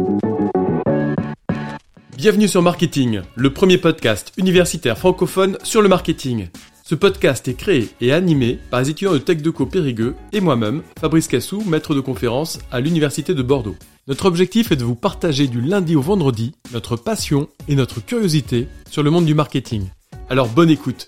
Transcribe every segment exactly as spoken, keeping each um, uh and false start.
Bienvenue sur Marketing, le premier podcast universitaire francophone sur le marketing. Ce podcast est créé et animé par les étudiants de TechDeco Périgueux et moi-même, Fabrice Cassou, maître de conférence à l'Université de Bordeaux. Notre objectif est de vous partager du lundi au vendredi notre passion et notre curiosité sur le monde du marketing. Alors bonne écoute.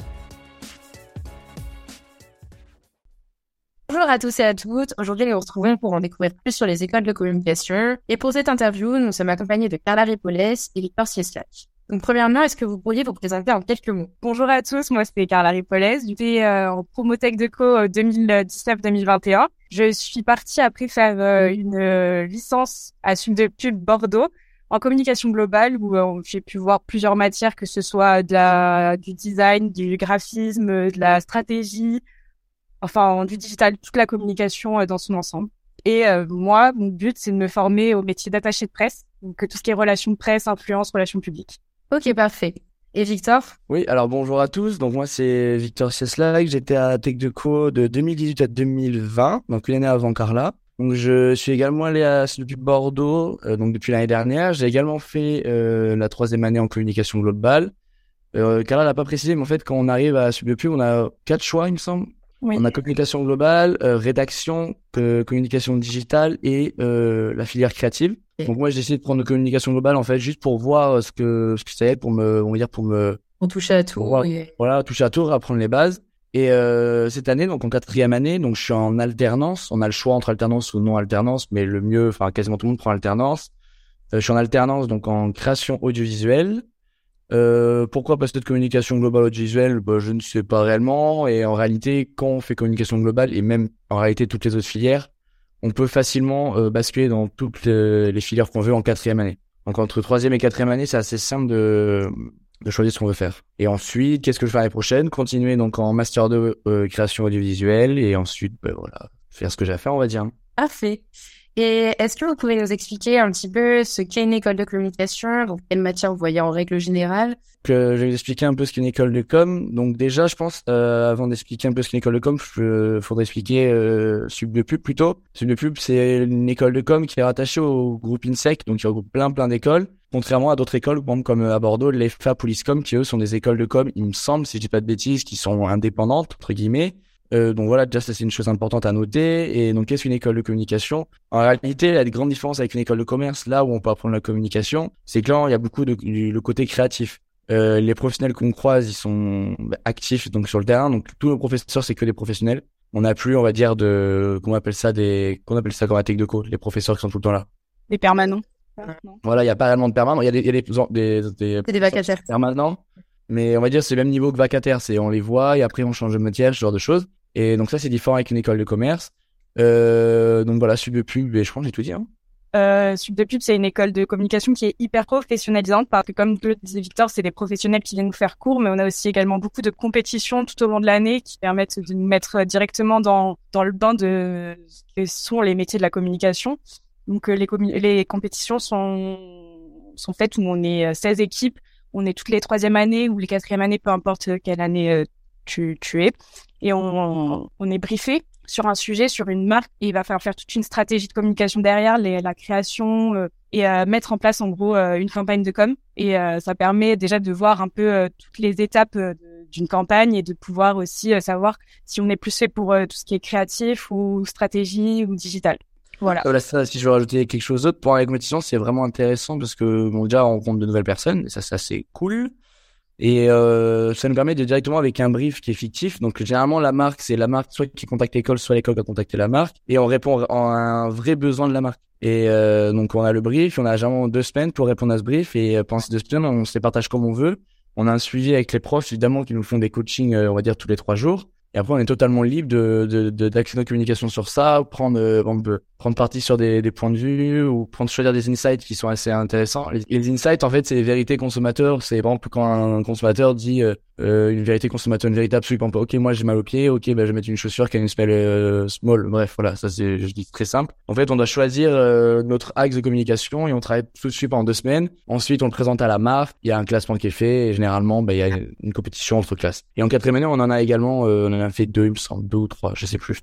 Bonjour à tous et à toutes, aujourd'hui nous nous retrouvons pour en découvrir plus sur les écoles de communication. Et pour cette interview, nous sommes accompagnés de Carla Ripoll et Victor Cieslak. Donc premièrement, est-ce que vous pourriez vous présenter en quelques mots? Bonjour à tous, moi c'est Carla Ripoll, j'étais euh, en promo TechDeco deux mille dix-neuf deux mille vingt et un. Je suis partie après faire euh, une euh, licence à Sudepub Bordeaux en communication globale où euh, j'ai pu voir plusieurs matières, que ce soit de la, du design, du graphisme, de la stratégie, enfin du digital, toute la communication euh, dans son ensemble. Et euh, moi, mon but, c'est de me former au métier d'attaché de presse, donc tout ce qui est relations de presse, influence, relations publiques. Ok, parfait. Et Victor? Oui, alors bonjour à tous. Donc moi, c'est Victor Cieslak. J'étais à TechDeco de deux mille dix-huit à deux mille vingt, donc une année avant Carla. Donc je suis également allé à depuis Bordeaux, euh, donc depuis l'année dernière. J'ai également fait euh, la troisième année en communication globale. Euh, Carla l'a pas précisé, mais en fait, quand on arrive à Sudepub, on a quatre choix, il me semble. Oui. On a communication globale, euh, rédaction, euh, communication digitale et euh, la filière créative. Okay. Donc moi j'ai essayé de prendre communication globale en fait juste pour voir ce que ce que ça allait, pour me on va dire pour me on touche à tout. Voir, oui. Voilà, toucher à tout, apprendre les bases. Et euh, cette année, donc en quatrième année, donc je suis en alternance. On a le choix entre alternance ou non alternance, mais le mieux, enfin quasiment tout le monde prend alternance. Euh, je suis en alternance donc en création audiovisuelle. Euh, pourquoi passer de communication globale audiovisuelle? Bah, je ne sais pas réellement. Et en réalité, quand on fait communication globale et même en réalité toutes les autres filières, on peut facilement euh, basculer dans toutes les, les filières qu'on veut en quatrième année. Donc entre troisième et quatrième année, c'est assez simple de, de choisir ce qu'on veut faire. Et ensuite, qu'est-ce que je fais l'année prochaine? Continuer donc en master deux euh, création audiovisuelle et ensuite, ben voilà, faire ce que j'ai à faire, on va dire. Parfait. Et est-ce que vous pouvez nous expliquer un petit peu ce qu'est une école de communication, donc quelle matière vous voyez en règle générale? Que je vais vous expliquer un peu ce qu'est une école de com. Donc déjà, je pense, euh, avant d'expliquer un peu ce qu'est une école de com, il faudrait expliquer euh, Sudepub plutôt. Sudepub, c'est une école de com qui est rattachée au groupe INSEC, donc il regroupe plein plein d'écoles. Contrairement à d'autres écoles, comme à Bordeaux, l'E F A, Polycom, qui eux sont des écoles de com, il me semble, si je dis pas de bêtises, qui sont indépendantes, entre guillemets. Euh, donc voilà, déjà ça c'est une chose importante à noter. Et donc qu'est-ce qu'une école de communication? En réalité, il y a des grandes différences avec une école de commerce, là où on peut apprendre la communication, c'est que là il y a beaucoup de du, le côté créatif. Euh, les professionnels qu'on croise, ils sont actifs donc sur le terrain. Donc tous nos professeurs, c'est que des professionnels. On n'a plus, on va dire, de comment on appelle ça, des qu'on appelle ça comme à TechDeco, les professeurs qui sont tout le temps là. Des permanents. Non. Voilà, il y a pas réellement de permanents. Il y a des, il y a des, des, des, c'est des vacataires permanents. Mais on va dire c'est le même niveau que vacataire, c'est on les voit et après on change de matière, ce genre de choses. Et donc ça c'est différent avec une école de commerce. Euh, donc voilà, Sudepub, et je crois que j'ai tout dit. Hein. Euh, Sudepub, c'est une école de communication qui est hyper professionnalisante parce que comme le disait Victor, c'est des professionnels qui viennent nous faire cours, mais on a aussi également beaucoup de compétitions tout au long de l'année qui permettent de nous mettre directement dans dans le bain de ce que sont les métiers de la communication. Donc les commu- les compétitions sont sont faites où on est seize équipes, on est toutes les troisième années ou les quatrième années, peu importe quelle année euh, tu tu es. Et on, on est briefé sur un sujet, sur une marque, et il va falloir faire toute une stratégie de communication derrière, les, la création euh, et euh, mettre en place en gros euh, une campagne de com. Et euh, ça permet déjà de voir un peu euh, toutes les étapes euh, de, d'une campagne et de pouvoir aussi euh, savoir si on est plus fait pour euh, tout ce qui est créatif ou stratégie ou digital. Voilà. Voilà, ça, si je veux rajouter quelque chose d'autre, pour la compétition, c'est vraiment intéressant parce que bon, déjà on rencontre de nouvelles personnes, et ça, ça c'est cool. Et euh, ça nous permet de directement avec un brief qui est fictif. Donc généralement la marque, c'est la marque soit qui contacte l'école, soit l'école qui a contacté la marque, et on répond à un vrai besoin de la marque. Et euh, donc on a le brief, on a généralement deux semaines pour répondre à ce brief, et pendant ces deux semaines on se les partage comme on veut. On a un suivi avec les profs évidemment qui nous font des coachings, on va dire tous les trois jours. Et après, on est totalement libre de, de, de d'accéder aux communications sur ça, prendre, euh, prendre parti sur des, des points de vue ou prendre, choisir des insights qui sont assez intéressants. Les, les insights, en fait, c'est les vérités consommateurs. C'est, par exemple, quand un consommateur dit, euh, euh, une vérité consommateur, une vérité absolue, par exemple, ok, moi, j'ai mal au pied, ok, ben, je vais mettre une chaussure qui a une semelle, euh, small. Bref, voilà, ça, c'est, je dis très simple. En fait, on doit choisir, euh, notre axe de communication et on travaille tout de suite pendant deux semaines. Ensuite, on le présente à la marque. Il y a un classement qui est fait et généralement, ben, il y a une compétition entre classes. Et en quatrième année, on en a également, euh, on en a fait deux, il me semble, deux ou trois, je sais plus. Ouais.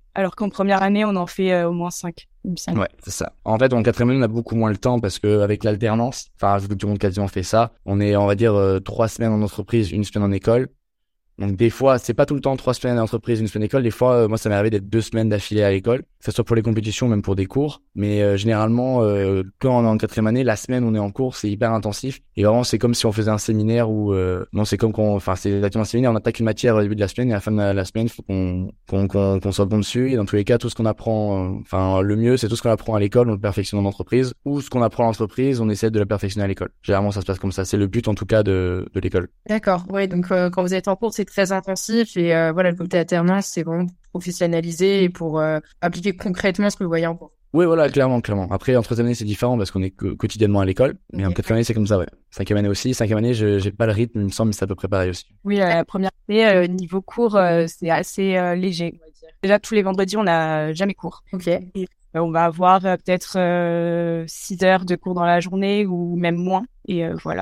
Alors qu'en première année, on en fait euh, au moins cinq. Ouais, c'est ça. En fait, en quatrième année, on a beaucoup moins le temps parce que avec l'alternance, enfin, vu que tout le monde quasiment fait ça, on est, on va dire, euh, trois semaines en entreprise, une semaine en école. Donc des fois, c'est pas tout le temps trois semaines d'entreprise, une semaine d'école. Des fois, euh, moi, ça m'est arrivé d'être deux semaines d'affilée à l'école, que ce soit pour les compétitions, même pour des cours. Mais euh, généralement, euh, quand on est en quatrième année, la semaine on est en cours, c'est hyper intensif. Et vraiment, c'est comme si on faisait un séminaire où, euh, non, c'est comme qu'on, enfin, c'est exactement un séminaire. On attaque une matière au début de la semaine et à la fin de la, la semaine, il faut qu'on, qu'on, qu'on, qu'on soit bon dessus. Et dans tous les cas, tout ce qu'on apprend, euh, enfin, le mieux, c'est tout ce qu'on apprend à l'école, on le perfectionne en entreprise, ou ce qu'on apprend à l'entreprise, on essaie de le perfectionner à l'école. Généralement, ça se passe comme ça. C'est le but, en tout cas, de, de l'école. D'accord. Oui, donc euh, quand vous êtes en cours, c'est très intensif. Et euh, voilà, le côté alternance, c'est vraiment professionnalisé et pour euh, appliquer concrètement ce que vous voyez en cours. Oui, voilà, clairement, clairement. Après, en troisième année, c'est différent parce qu'on est que, quotidiennement à l'école. Mais Okay. en quatrième année, c'est comme ça, ouais. Cinquième année aussi. Cinquième année, je, j'ai pas le rythme, il me semble, mais c'est à peu près pareil aussi. Oui, euh, la première année, euh, niveau cours, euh, c'est assez euh, léger, on va dire. Déjà, tous les vendredis, on n'a jamais cours. Ok. Et, euh, on va avoir euh, peut-être euh, six heures de cours dans la journée ou même moins. Et euh, voilà.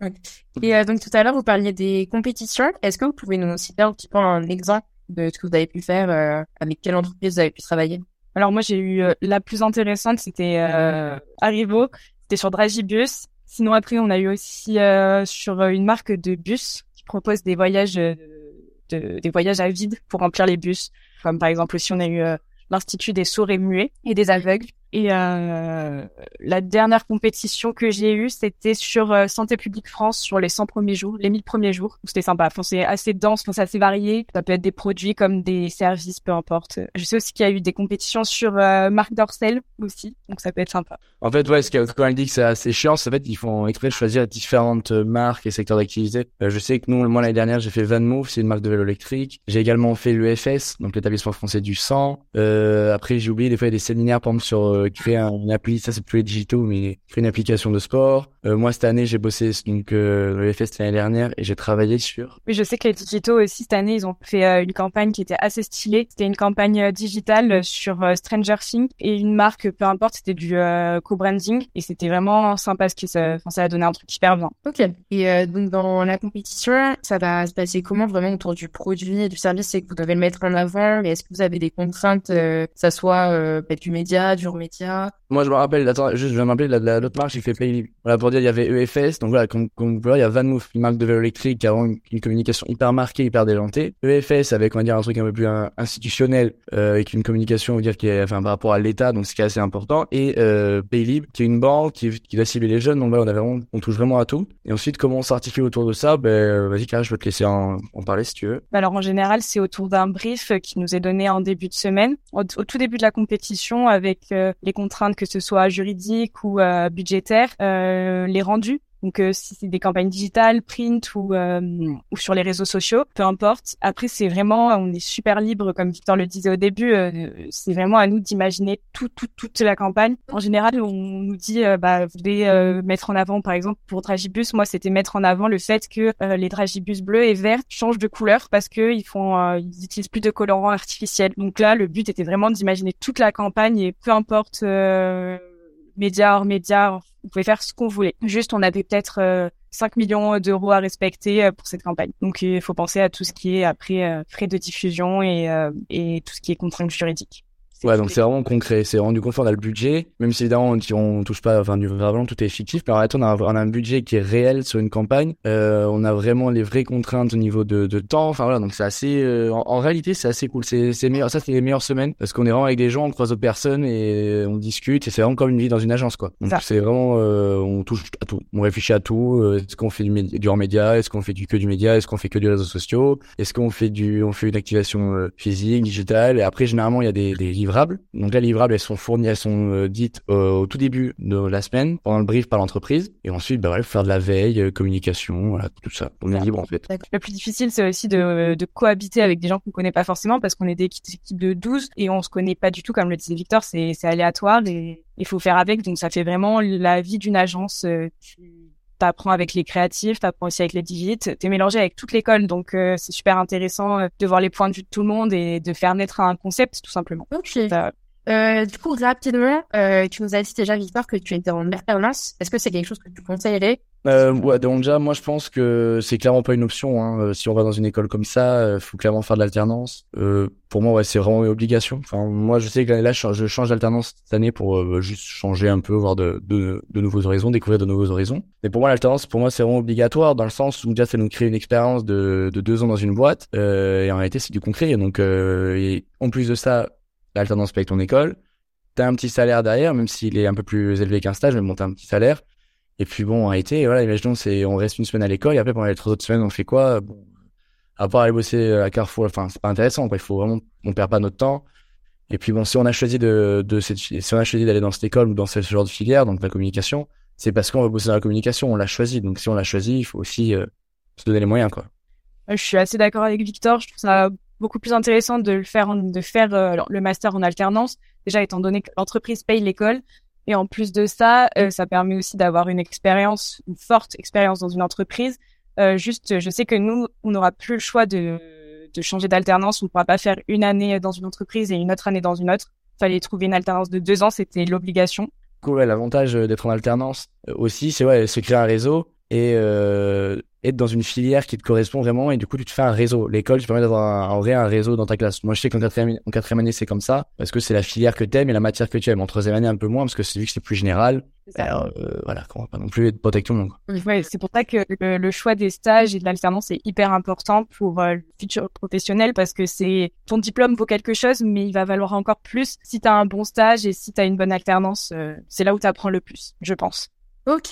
Et euh, donc tout à l'heure, vous parliez des compétitions. Est-ce que vous pouvez nous citer un petit peu un exemple de ce que vous avez pu faire, euh, avec quelle entreprise vous avez pu travailler? Alors moi, j'ai eu euh, la plus intéressante, c'était euh, Arrivo. C'était sur Dragibus. Sinon après, on a eu aussi euh, sur une marque de bus qui propose des voyages, de, de, des voyages à vide pour remplir les bus. Comme par exemple aussi, on a eu euh, l'Institut des sourds et muets et des aveugles. Et euh, la dernière compétition que j'ai eue, c'était sur euh, Santé publique France, sur les cent premiers jours, les mille premiers jours. C'est sympa. Enfin, c'est assez dense, enfin, c'est assez varié. Ça peut être des produits comme des services, peu importe. Je sais aussi qu'il y a eu des compétitions sur euh, Marc Dorcel aussi, donc ça peut être sympa. En fait, ouais, ce qu'il y a, quand elle dit que c'est assez chiant, c'est en fait, ils font exprès de choisir différentes marques et secteurs d'activité. Euh, je sais que nous, moi, l'année dernière, j'ai fait VanMoof, c'est une marque de vélo électrique. J'ai également fait l'E F S, donc l'établissement français du sang. Euh, après, j'ai oublié, des fois, il y a des séminaires, par exemple, sur euh, créer un, une appli, ça c'est plus les digitaux, mais créer une application de sport. Euh, moi, cette année, j'ai bossé, donc, euh, l'E F S l'année dernière et j'ai travaillé sur... Oui, je sais que les digitaux aussi, cette année, ils ont fait euh, une campagne qui était assez stylée. C'était une campagne euh, digitale sur euh, Stranger Things et une marque, peu importe, c'était du euh, co-branding et c'était vraiment sympa ce qui ça, enfin, ça a donné un truc hyper bien. Ok. Et euh, donc dans la compétition, ça va se passer comment vraiment autour du produit et du service? C'est que vous devez le mettre en avant, mais est-ce que vous avez des contraintes, euh, que ça soit euh, peut-être du média, du remédia? Moi, je me rappelle, attends, juste, je viens de me rappeler de la, l'autre marque, j'ai fait Paylib. Voilà, pour dire, il y avait E F S, donc voilà, comme, comme vous pouvez voir, il y a VanMoof, une marque de vélo électrique qui a vraiment une, une communication hyper marquée, hyper déjantée. E F S avec, on va dire, un truc un peu plus un, institutionnel, euh, avec une communication, on va dire, qui est, enfin, par rapport à l'État, donc ce qui est assez important. Et, euh, Paylib, qui est une banque, qui, qui doit cibler les jeunes, donc là, on a vraiment, on touche vraiment à tout. Et ensuite, comment on s'articule autour de ça? Ben, vas-y, Carré, je peux te laisser en, en parler si tu veux. Alors, en général, c'est autour d'un brief qui nous est donné en début de semaine, au, au tout début de la compétition, avec euh, les contraintes, que ce soit juridiques ou euh, budgétaires, euh, les rendus. Donc euh, si c'est des campagnes digitales, print ou euh, ou sur les réseaux sociaux, peu importe. Après c'est vraiment, on est super libre, comme Victor le disait au début. Euh, c'est vraiment à nous d'imaginer tout, tout, toute la campagne. En général, on nous dit, euh, bah vous devez euh, mettre en avant, par exemple pour Dragibus, moi c'était mettre en avant le fait que euh, les Dragibus bleus et verts changent de couleur parce que ils font, euh, ils utilisent plus de colorants artificiels. Donc là, le but était vraiment d'imaginer toute la campagne et peu importe. Euh, médias, hors médias, vous pouvez faire ce qu'on voulait. Juste, on avait peut-être euh, cinq millions d'euros à respecter euh, pour cette campagne. Donc, il faut penser à tout ce qui est après euh, frais de diffusion et, euh, et tout ce qui est contraintes juridiques. C'est ouais, donc c'est vraiment concret, c'est rendu confort, on a le budget, même si évidemment on, on touche pas, enfin du vraiment tout est fictif, mais en réalité on a, on a un budget qui est réel sur une campagne, euh, on a vraiment les vraies contraintes au niveau de, de temps, enfin voilà, donc c'est assez, euh, en, en réalité c'est assez cool, c'est, c'est meilleur, ça c'est les meilleures semaines, parce qu'on est vraiment avec des gens, on croise d'autres personnes et on discute, et c'est vraiment comme une vie dans une agence quoi. Donc ça. C'est vraiment, euh, on touche à tout, on réfléchit à tout, euh, est-ce qu'on fait du, médi- du hors média, est-ce qu'on fait du que du média, est-ce qu'on fait que du réseaux sociaux, est-ce qu'on fait du, on fait une activation euh, physique, digitale, et après généralement il y a des, des livrables. Donc là, les livrables, elles sont fournies, elles sont euh, dites euh, au tout début de la semaine, pendant le brief par l'entreprise. Et ensuite, bah, ouais, faut faire de la veille, euh, communication, voilà, tout ça. On est libre, en fait. Le plus difficile, c'est aussi de, de cohabiter avec des gens qu'on connaît pas forcément parce qu'on est des équipes de douze et on se connaît pas du tout, comme le disait Victor, c'est, c'est aléatoire et il faut faire avec. Donc ça fait vraiment la vie d'une agence. Euh, tu t'apprends avec les créatifs, t'apprends aussi avec les digits, t'es mélangé avec toute l'école, donc euh, c'est super intéressant euh, de voir les points de vue de tout le monde et de faire naître un concept, tout simplement. Ok. Euh, du coup, rapidement, euh, tu nous as dit déjà, Victor, que tu étais en alternance. Est-ce que c'est quelque chose que tu conseillerais Euh, ouais, donc déjà, moi, je pense que c'est clairement pas une option. Hein. Euh, si on va dans une école comme ça, euh, faut clairement faire de l'alternance. Euh, pour moi, ouais, c'est vraiment une obligation. Enfin, moi, je sais que l'année là, je, je change d'alternance cette année pour euh, juste changer un peu, voir de, de, de nouveaux horizons, découvrir de nouveaux horizons. Mais pour moi, l'alternance, pour moi, c'est vraiment obligatoire dans le sens où déjà, ça nous crée une expérience de, de deux ans dans une boîte. Euh, et en réalité, c'est du concret. Donc, euh, et en plus de ça, l'alternance paye ton école. T'as un petit salaire derrière, même s'il est un peu plus élevé qu'un stage, mais bon, t'as un petit salaire. Et puis bon, en réalité, voilà, imaginons, c'est, on reste une semaine à l'école, et après, pendant les trois autres semaines, on fait quoi? Bon, à part aller bosser à Carrefour, enfin, c'est pas intéressant, quoi. Il faut vraiment, on perd pas notre temps. Et puis bon, si on a choisi de, de cette, si on a choisi d'aller dans cette école ou dans ce genre de filière, donc la communication, c'est parce qu'on veut bosser dans la communication, on l'a choisi. Donc si on l'a choisi, il faut aussi euh, se donner les moyens, quoi. Je suis assez d'accord avec Victor. Je trouve ça beaucoup plus intéressant de le faire, en, de faire euh, le master en alternance. Déjà, étant donné que l'entreprise paye l'école. Et en plus de ça, euh, ça permet aussi d'avoir une expérience, une forte expérience dans une entreprise. Euh, juste, je sais que nous, on n'aura plus le choix de, de changer d'alternance. On ne pourra pas faire une année dans une entreprise et une autre année dans une autre. Il fallait trouver une alternance de deux ans, c'était l'obligation. Cool, ouais, l'avantage d'être en alternance euh, aussi, c'est ouais, se créer un réseau et euh, être dans une filière qui te correspond vraiment, et du coup tu te fais un réseau. L'école te permet d'avoir un, en vrai un réseau dans ta classe. Moi je sais qu'en quatrième, en quatrième année c'est comme ça parce que c'est la filière que t'aimes et la matière que tu aimes. En troisième année un peu moins parce que c'est vu que c'est plus général. Alors, euh, voilà, qu'on va pas non plus être pote avec tout le monde. Ouais, c'est pour ça que le, le choix des stages et de l'alternance est hyper important pour euh, le futur professionnel, parce que c'est ton diplôme vaut quelque chose, mais il va valoir encore plus si t'as un bon stage et si t'as une bonne alternance. Euh, c'est là où t'apprends le plus, je pense. Ok.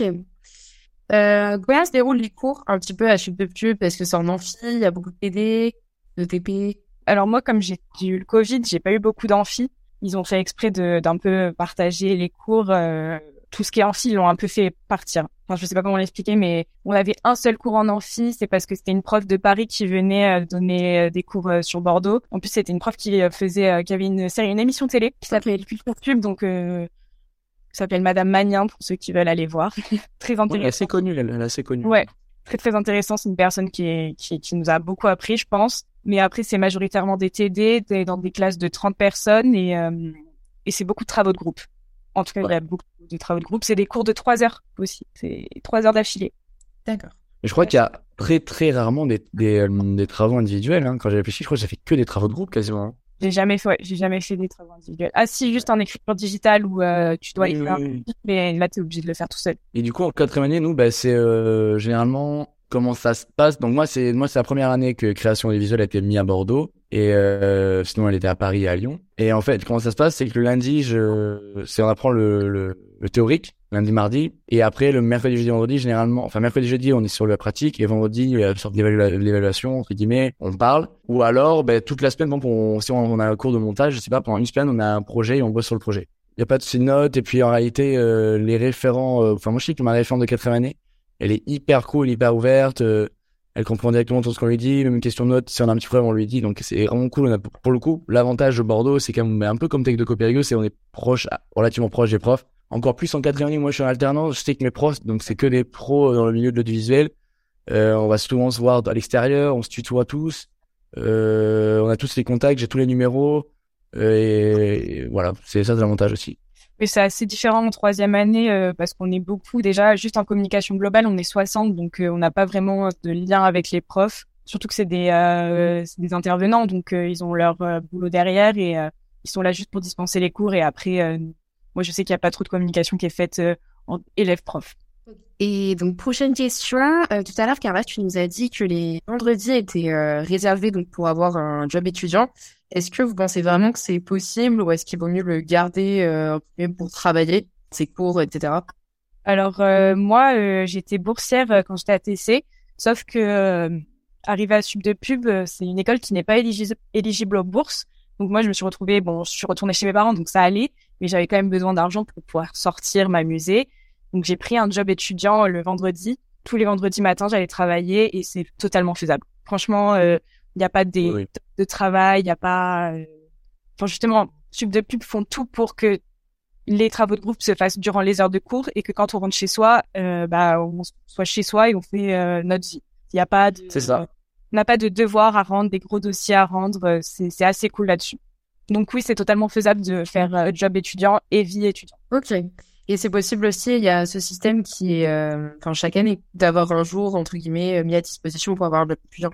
Euh, comment se déroulent les cours un petit peu à Chute de Pub? Parce que c'est en amphi, il y a beaucoup de T D, de T P. Alors moi, comme j'ai, j'ai eu le Covid, j'ai pas eu beaucoup d'amphi. Ils ont fait exprès de, d'un peu partager les cours. Euh, tout ce qui est amphi, ils l'ont un peu fait partir. Enfin, je sais pas comment l'expliquer, mais on avait un seul cours en amphi. C'est parce que c'était une prof de Paris qui venait euh, donner euh, des cours euh, sur Bordeaux. En plus, c'était une prof qui euh, faisait, euh, qui avait une série, une émission télé qui s'appelait Culture Pub, donc euh, qui s'appelle Madame Magnin pour ceux qui veulent aller voir. Très intéressant. Ouais, elle est assez connue, elle, elle est assez connue. Ouais, très très intéressant. C'est une personne qui est qui, qui nous a beaucoup appris, je pense. Mais après, c'est majoritairement des T D, des, dans des classes de trente personnes, et euh, et c'est beaucoup de travaux de groupe. En tout cas, ouais. Il y a beaucoup de travaux de groupe. C'est des cours de trois heures aussi. C'est trois heures d'affilée. D'accord. Mais je crois qu'il y a très très rarement des des, euh, des travaux individuels. Hein. Quand j'ai réfléchi, je crois que j'ai fait que des travaux de groupe quasiment. Hein. J'ai jamais fait, ouais, j'ai jamais fait des travaux individuels. Ah si, juste en écriture digitale où euh, tu dois oui, y oui, faire, oui. Mais là t'es obligé de le faire tout seul. Et du coup, en quatrième année, nous, bah, c'est euh, généralement comment ça se passe. Donc moi, c'est moi, c'est la première année que création audiovisuelle a été mise à Bordeaux, et euh, sinon elle était à Paris et à Lyon. Et en fait, comment ça se passe, c'est que le lundi, je, c'est on apprend le, le, le théorique, lundi, mardi, et après le mercredi, jeudi, vendredi, généralement, enfin mercredi, jeudi, on est sur la pratique, et vendredi, il y a une sorte d'évalua- d'évaluation entre guillemets, on parle. Ou alors, ben toute la semaine, bon, on, si on, on a un cours de montage, je sais pas, pendant une semaine, on a un projet et on bosse sur le projet. Il y a pas de notes, et puis en réalité, euh, les référents, euh, enfin moi je sais que ma référente de quatrième année, elle est hyper cool, hyper ouverte. Euh, elle comprend directement tout ce qu'on lui dit. Même une question de note, si on a un petit problème, on lui dit. Donc c'est vraiment cool. On a, pour le coup, l'avantage de Bordeaux, c'est quand même un peu comme Tech de Copérigueux, c'est on est proche, relativement proche des profs. Encore plus en quatrième année, moi je suis en alternance, je sais que mes profs, donc c'est que des pros dans le milieu de l'audiovisuel. Euh, on va souvent se voir à l'extérieur, on se tutoie tous. Euh, on a tous les contacts, j'ai tous les numéros. Euh, et, et voilà, c'est ça l'avantage aussi. Mais c'est assez différent en troisième année euh, parce qu'on est beaucoup déjà juste en communication globale, on est soixante, donc euh, on n'a pas vraiment de lien avec les profs. Surtout que c'est des euh, c'est des intervenants, donc euh, ils ont leur euh, boulot derrière, et euh, ils sont là juste pour dispenser les cours, et après euh, moi je sais qu'il y a pas trop de communication qui est faite euh, en élève-prof. Et donc prochaine question, euh, tout à l'heure Carla, tu nous as dit que les vendredis étaient euh, réservés donc pour avoir un job étudiant. Est-ce que vous pensez vraiment que c'est possible, ou est-ce qu'il vaut mieux le garder euh, pour travailler, ses cours, et cetera? Alors euh, moi, euh, j'étais boursière euh, quand j'étais à T C, sauf que euh, arrivé à Sub de Pub, euh, c'est une école qui n'est pas éligi- éligible aux bourses. Donc moi, je me suis retrouvée, bon, je suis retournée chez mes parents, donc ça allait, mais j'avais quand même besoin d'argent pour pouvoir sortir, m'amuser. Donc j'ai pris un job étudiant euh, le vendredi. Tous les vendredis matins, j'allais travailler, et c'est totalement faisable. Franchement, euh, il n'y a pas des, oui. de, de travail, il n'y a pas... Euh... Enfin, justement, Sub de Pub font tout pour que les travaux de groupe se fassent durant les heures de cours, et que quand on rentre chez soi, euh, bah, on soit chez soi et on fait euh, notre vie. Il n'y a pas de... C'est ça. Euh, on n'a pas de devoirs à rendre, des gros dossiers à rendre. C'est, c'est assez cool là-dessus. Donc oui, c'est totalement faisable de faire euh, job étudiant et vie étudiant. Ok. Et c'est possible aussi, il y a ce système qui est, euh, enfin, chaque année, d'avoir un jour, entre guillemets, mis à disposition pour avoir un job étudiant.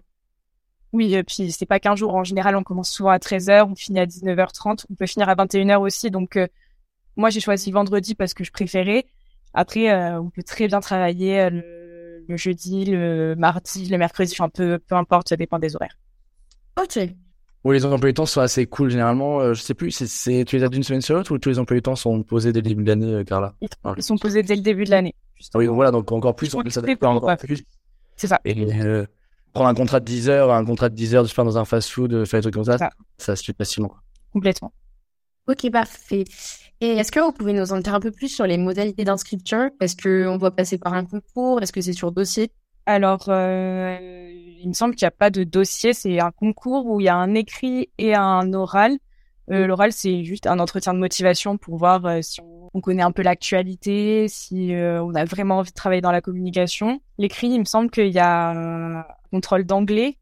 Oui, et puis c'est pas qu'un jour. En général, on commence souvent à treize heures, on finit à dix-neuf heures trente, on peut finir à vingt et une heures aussi. Donc, euh, moi, j'ai choisi vendredi parce que je préférais. Après, euh, on peut très bien travailler euh, le, le jeudi, le mardi, le mercredi, enfin, peu, peu importe, ça dépend des horaires. Ok. Oui, les emplois du temps sont assez cool généralement. Euh, je sais plus, c'est, c'est tu les as d'une semaine sur l'autre ou tous les emplois du temps sont posés dès le début de l'année, euh, Carla? Ils, Ah, ils sont posés dès le début de l'année. ah oui, donc voilà, donc encore plus, Ils sont on peut très s'adapter cool, encore ouais. plus. C'est ça. Et euh, prendre un contrat de dix heures, un contrat de dix heures de se faire dans un fast-food, euh, faire des trucs comme ça, Ça. ça se fait facilement. Complètement. Ok, parfait. Et est-ce que vous pouvez nous en dire un peu plus sur les modalités d'inscription? Est-ce qu'on doit passer par un concours? Est-ce que c'est sur dossier? Alors, euh, il me semble qu'il n'y a pas de dossier. C'est un concours où il y a un écrit et un oral. Euh, l'oral, c'est juste un entretien de motivation pour voir euh, si on, on connaît un peu l'actualité, si euh, on a vraiment envie de travailler dans la communication. L'écrit, il me semble qu'il y a un contrôle d'anglais,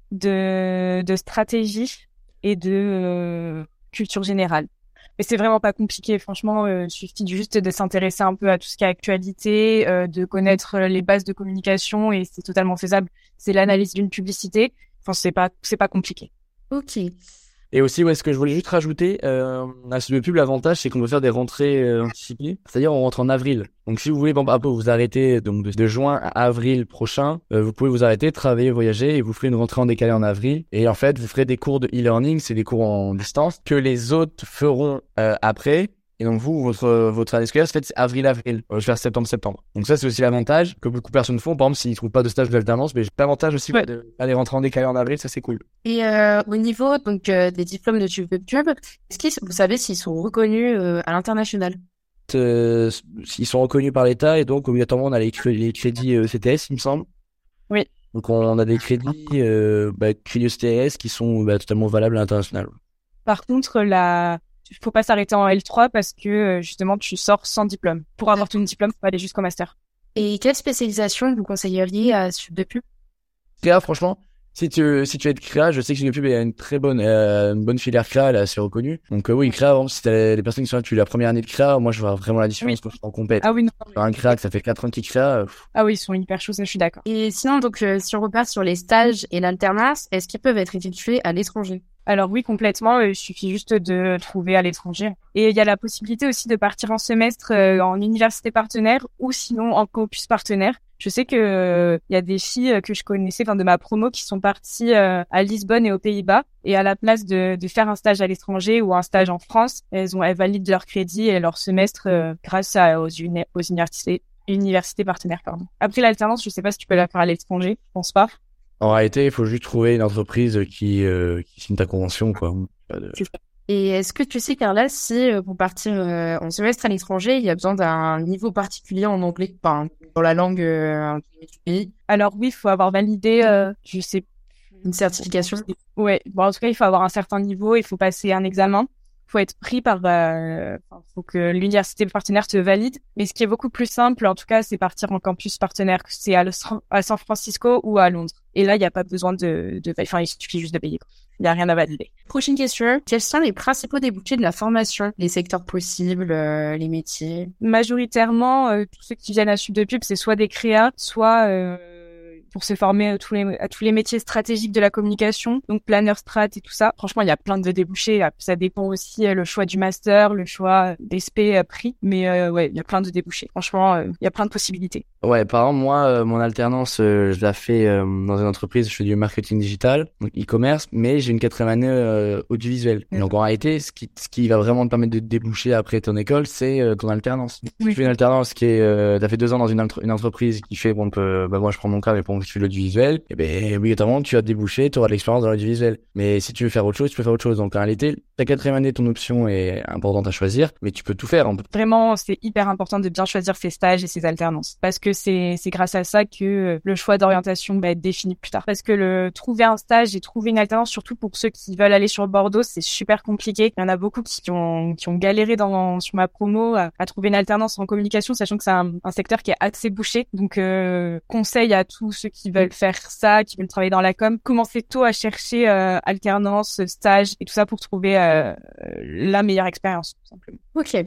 de, de stratégie et de euh, culture générale. Mais c'est vraiment pas compliqué, franchement, euh, il suffit juste de s'intéresser un peu à tout ce qui est actualité, euh, de connaître les bases de communication et c'est totalement faisable. C'est l'analyse d'une publicité, enfin c'est pas c'est pas compliqué. Ok. Et aussi, ouais, ce que je voulais juste rajouter, euh, à ce pub, l'avantage, c'est qu'on peut faire des rentrées euh, anticipées. C'est-à-dire, on rentre en avril. Donc, si vous voulez, bon, bah, vous arrêtez donc de, de juin à avril prochain, euh, vous pouvez vous arrêter, travailler, voyager, et vous ferez une rentrée en décalé en avril. Et en fait, vous ferez des cours de e-learning, c'est des cours en distance, que les autres feront euh, après. Et donc vous, votre votre année scolaire, c'est avril-avril, euh, je vais faire septembre-septembre. Donc ça, c'est aussi l'avantage que beaucoup de personnes font. Par exemple, s'ils trouvent pas de stage d'alternance, mais j'ai l'avantage aussi Ouais. d'aller rentrer en décalé en avril, ça c'est cool. Et euh, au niveau donc euh, des diplômes de TubeWeb, est-ce qu'ils, vous savez s'ils sont reconnus euh, à l'international? Euh, ils sont reconnus par l'État et donc obligatoirement on a les, cré- les crédits euh, C T S, il me semble. Oui. Donc on a des crédits, euh, bah, crédits C T S qui sont bah, totalement valables à l'international. Par contre, la il faut pas s'arrêter en L trois parce que justement tu sors sans diplôme. Pour avoir ton diplôme, faut aller jusqu'au master. Et quelle spécialisation vous conseilleriez à TubeWeb? Créa, franchement, si tu si tu es de créa, je sais que TubeWeb a une très bonne euh, une bonne filière créa, elle est assez reconnue. Donc euh, oui, créa, vraiment, si t'as les personnes qui sont là depuis la première année de créa, moi je vois vraiment la différence Oui. quand je suis en compète. Ah oui, non. Sur un créa que ça fait quatre ans qu'il créa. euh, Ah oui, ils sont hyper chauds, ça, je suis d'accord. Et sinon, donc, euh, si on repart sur les stages et l'alternance, est-ce qu'ils peuvent être effectués à l'étranger? Alors oui, complètement. euh, Il suffit juste de trouver à l'étranger. Et il y a la possibilité aussi de partir en semestre euh, en université partenaire ou sinon en campus partenaire. Je sais que euh, il y a des filles euh, que je connaissais, enfin de ma promo, qui sont parties euh, à Lisbonne et aux Pays-Bas. Et à la place de, de faire un stage à l'étranger ou un stage en France, elles ont elles valident leur crédit et leur semestre euh, grâce à, aux, uni- aux universités universités partenaires. Pardon. Après l'alternance, je sais pas si tu peux la faire à l'étranger. Je pense pas. En réalité, il faut juste trouver une entreprise qui euh, qui signe ta convention, quoi. Pas de- Et est-ce que tu sais, Carla, si euh, pour partir euh, en semestre à l'étranger, il y a besoin d'un niveau particulier en anglais, enfin, dans la langue euh, du pays, Alors oui, il faut avoir validé, euh, je sais, une certification? ouais. Bon, en tout cas, il faut avoir un certain niveau, il faut passer un examen, il faut être pris par, euh, enfin, faut que l'université partenaire te valide. Mais ce qui est beaucoup plus simple, en tout cas, c'est partir en campus partenaire, que c'est à, Los- à San Francisco ou à Londres. Et là, il n'y a pas besoin de, de, enfin, il suffit juste de payer. Il n'y a rien à valider. Prochaine question. Quels sont les principaux débouchés de la formation? Les secteurs possibles, euh, les métiers? Majoritairement, euh, tous ceux qui viennent à Sub de Pub, c'est soit des créas, soit euh, pour se former à tous les à tous les métiers stratégiques de la communication, donc planeur strat et tout ça. Franchement, il y a plein de débouchés. Ça dépend aussi euh, le choix du master, le choix des spé euh, pris, mais euh, ouais, il y a plein de débouchés. Franchement, euh, il y a plein de possibilités. Ouais, par exemple, moi, euh, mon alternance, euh, je la fais euh, dans une entreprise, je fais du marketing digital, donc e-commerce, mais j'ai une quatrième année euh, audiovisuel. Et donc en réalité, ce qui, ce qui va vraiment te permettre de déboucher après ton école, c'est euh, ton alternance. Oui. Tu fais une alternance qui est, euh, t'as fait deux ans dans une, entre- une entreprise qui fait, bon, euh, bah moi je prends mon cas, mais pour moi qui fait l'audiovisuel, et ben obligatoirement tu vas te déboucher, tu auras de l'expérience dans l'audiovisuel. Mais si tu veux faire autre chose, tu peux faire autre chose. Donc en réalité, ta quatrième année, ton option est importante à choisir, mais tu peux tout faire. On peut- Vraiment, c'est hyper important de bien choisir ses stages et ses alternances, parce que c'est c'est grâce à ça que euh, le choix d'orientation va être défini plus tard. Parce que le trouver un stage et trouver une alternance, surtout pour ceux qui veulent aller sur Bordeaux, c'est super compliqué. Il y en a beaucoup qui ont qui ont galéré dans sur ma promo à, à trouver une alternance en communication, sachant que c'est un, un secteur qui est assez bouché. Donc euh, conseil à tous ceux qui veulent faire ça, qui veulent travailler dans la com, commencez tôt à chercher euh, alternance, stage et tout ça pour trouver euh, la meilleure expérience, tout simplement. Ok. Ouais.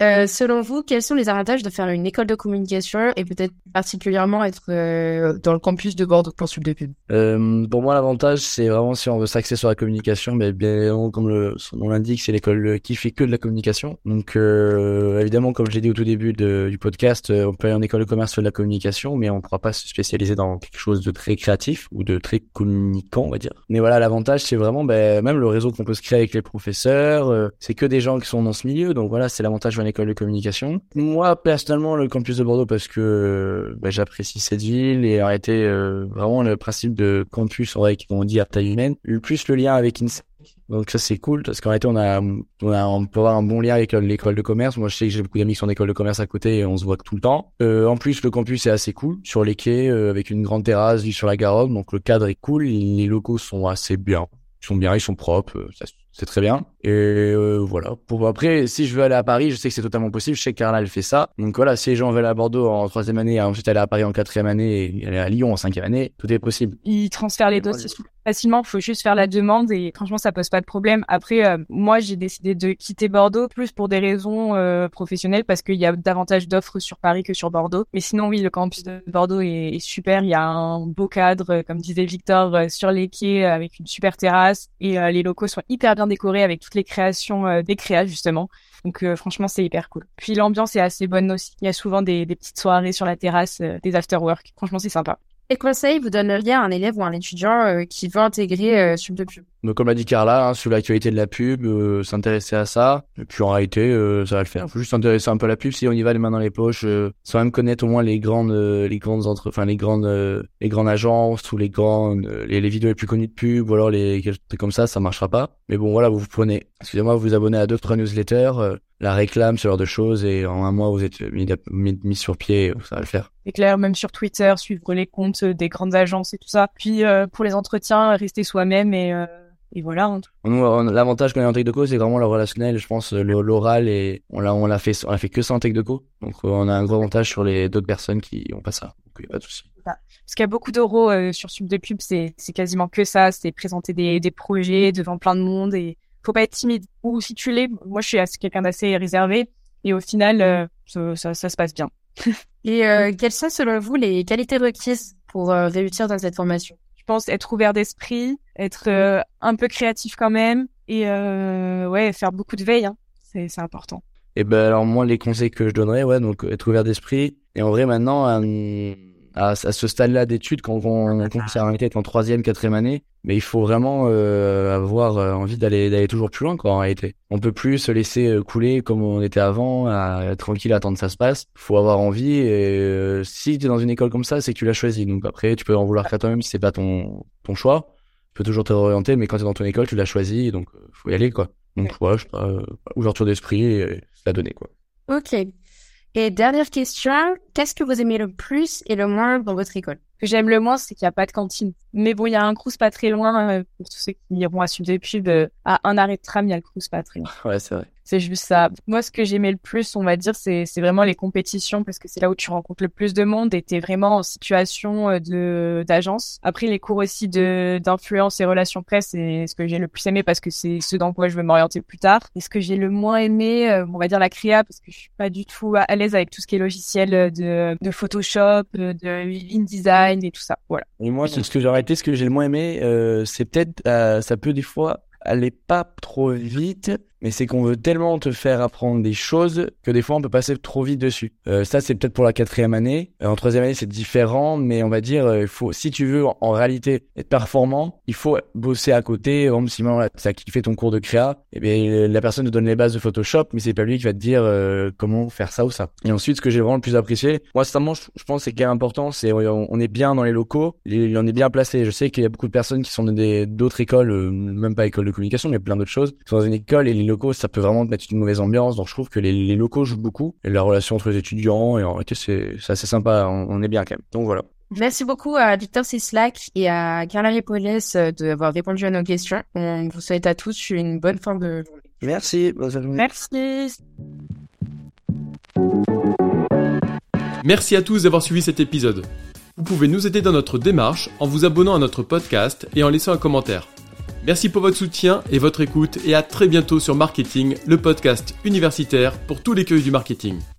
Euh, selon vous, quels sont les avantages de faire une école de communication et peut-être particulièrement être euh, dans le campus de Bordeaux pour Sub de Pub? Euh, pour moi, l'avantage, c'est vraiment si on veut s'axer sur la communication, mais bien comme le, son nom l'indique, c'est l'école qui fait que de la communication. Donc, euh, évidemment, comme je l'ai dit au tout début de, du podcast, euh, on peut aller en école de commerce faire de la communication, mais on ne pourra pas se spécialiser dans quelque chose de très créatif ou de très communicant, on va dire. Mais voilà, l'avantage, c'est vraiment ben, même le réseau qu'on peut se créer avec les professeurs. Euh, c'est que des gens qui sont dans ce milieu, donc voilà, c'est l'avantage d'une école de communication. Moi, personnellement, le campus de Bordeaux, parce que ben, j'apprécie cette ville et en réalité, euh, vraiment le principe de campus, en vrai, qu'on dit à taille humaine, le plus le lien avec INSEC. Donc ça c'est cool parce qu'en réalité on a, on a on peut avoir un bon lien avec l'école de commerce. Moi je sais que j'ai beaucoup d'amis qui sont en école de commerce à côté et on se voit tout le temps. Euh, en plus le campus est assez cool sur les quais euh, avec une grande terrasse vue sur la Garonne, donc le cadre est cool. Les locaux sont assez bien, ils sont bien, ils sont propres, euh, ça, c'est très bien. Et euh, voilà. Pour après, si je veux aller à Paris, je sais que c'est totalement possible. Je sais que Carla elle fait ça. Donc voilà, si les gens veulent aller à Bordeaux en troisième année, et ensuite aller à Paris en quatrième année et aller à Lyon en cinquième année, tout est possible. Ils transfèrent les dossiers facilement. Faut juste faire la demande et franchement, ça pose pas de problème. Après, euh, moi, j'ai décidé de quitter Bordeaux plus pour des raisons euh, professionnelles parce qu'il y a davantage d'offres sur Paris que sur Bordeaux. Mais sinon, oui, le campus de Bordeaux est, est super. Il y a un beau cadre, comme disait Victor, euh, sur les quais avec une super terrasse et euh, les locaux sont hyper bien décorés avec toutes les créations euh, des créas justement. Donc euh, franchement c'est hyper cool. Puis l'ambiance est assez bonne aussi. Il y a souvent des, des petites soirées sur la terrasse, euh, des after-work. Franchement c'est sympa. Quels conseils vous donneriez à un élève ou un étudiant euh, qui veut intégrer euh, Sub de Pub? Donc comme l'a dit Carla, hein, sur l'actualité de la pub, euh, s'intéresser à ça. Et puis en réalité, euh, ça va le faire. Faut juste s'intéresser un peu à la pub si on y va les mains dans les poches, euh, sans même connaître au moins les grandes, euh, les grandes entre, enfin les grandes, euh, les grandes agences ou les grandes, euh, les, les vidéos les plus connues de pub ou alors les quelque chose comme ça, ça marchera pas. Mais bon voilà, vous vous prenez, excusez-moi, vous vous abonnez à deux trois newsletters, euh, la réclame, ce genre de choses, et en un mois vous êtes mis, mis, mis sur pied, ça va le faire. C'est clair, même sur Twitter, suivre les comptes des grandes agences et tout ça. Puis euh, pour les entretiens, rester soi-même et euh, et voilà. Hein. Nous, on, l'avantage qu'on a en tech de co, c'est vraiment le relationnel. Je pense le, l'oral et on l'a on l'a fait on l'a fait que ça en tech de co. Donc on a un gros avantage sur les d'autres personnes qui ont pas ça. Donc il y a pas de souci. Parce qu'il y a beaucoup d'euros euh, sur Sub de Pub, c'est c'est quasiment que ça, c'est présenter des des projets devant plein de monde et faut pas être timide. Ou si tu l'es, moi je suis assez, quelqu'un d'assez réservé et au final euh, ça, ça ça se passe bien. Et euh, quelles sont selon vous les qualités requises pour euh, réussir dans cette formation? Je pense être ouvert d'esprit, être euh, un peu créatif quand même et euh, ouais faire beaucoup de veille, hein. c'est c'est important. Et ben alors moi les conseils que je donnerais, ouais, donc être ouvert d'esprit et en vrai maintenant euh, à, à ce stade-là d'études quand on, on commence à être en troisième, quatrième année, mais il faut vraiment euh, avoir euh, envie d'aller d'aller toujours plus loin quoi en réalité. On peut plus se laisser euh, couler comme on était avant, à être tranquille, à attendre que ça se passe. Faut avoir envie et euh, si tu es dans une école comme ça, c'est que tu l'as choisi. Donc après, tu peux en vouloir qu'à toi-même si c'est pas ton ton choix. Tu peux toujours te réorienter, mais quand tu es dans ton école, tu l'as choisi, donc euh, faut y aller quoi. Donc voilà, je sais pas, euh, ouverture d'esprit et c'est la donner quoi. Ok. Et dernière question, qu'est-ce que vous aimez le plus et le moins dans votre école? Ce que j'aime le moins, c'est qu'il n'y a pas de cantine. Mais bon, il y a un Crous pas très loin, euh, pour tous ceux qui iront à Sub de Pub, euh, à un arrêt de tram, il y a le Crous pas très loin. Ouais, c'est vrai. C'est juste ça. Moi, ce que j'aimais le plus, on va dire, c'est c'est vraiment les compétitions parce que c'est là où tu rencontres le plus de monde et t'es vraiment en situation de d'agence. Après, les cours aussi de d'influence et relations presse, c'est ce que j'ai le plus aimé parce que c'est ce dans quoi je veux m'orienter plus tard. Et ce que j'ai le moins aimé, euh, on va dire la créa parce que je suis pas du tout à l'aise avec tout ce qui est logiciel de de Photoshop, de InDesign et tout ça. Voilà. Et moi, ce que j'ai arrêté, ce que j'ai le moins aimé, euh, c'est peut-être, euh, ça peut des fois aller pas trop vite, mais c'est qu'on veut tellement te faire apprendre des choses que des fois on peut passer trop vite dessus. Euh, ça c'est peut-être pour la quatrième année. Euh, en troisième année c'est différent, mais on va dire il euh, faut, si tu veux en, en réalité être performant, il faut bosser à côté. Par exemple, si maintenant t'as kiffé ton cours de créa, et bien la personne te donne les bases de Photoshop, mais c'est pas lui qui va te dire euh, comment faire ça ou ça. Et ensuite, ce que j'ai vraiment le plus apprécié, moi sincèrement, je, je pense que c'est qui est important, c'est on, on est bien dans les locaux, et on est bien placé. Je sais qu'il y a beaucoup de personnes qui sont dans des d'autres écoles, euh, même pas école de communication, mais plein d'autres choses, qui sont dans une école et les locaux, ça peut vraiment te mettre une mauvaise ambiance. Donc je trouve que les, les locaux jouent beaucoup et la relation entre les étudiants et en réalité c'est, c'est assez sympa, on, on est bien quand même. Donc voilà. Merci beaucoup à Victor Sislak et à Carla Ripollès d'avoir répondu à nos questions. On vous souhaite à tous une bonne fin de journée. Merci. Bonne journée. Merci. Merci à tous d'avoir suivi cet épisode. Vous pouvez nous aider dans notre démarche en vous abonnant à notre podcast et en laissant un commentaire. Merci pour votre soutien et votre écoute et à très bientôt sur Marketing, le podcast universitaire pour tous les curieux du marketing.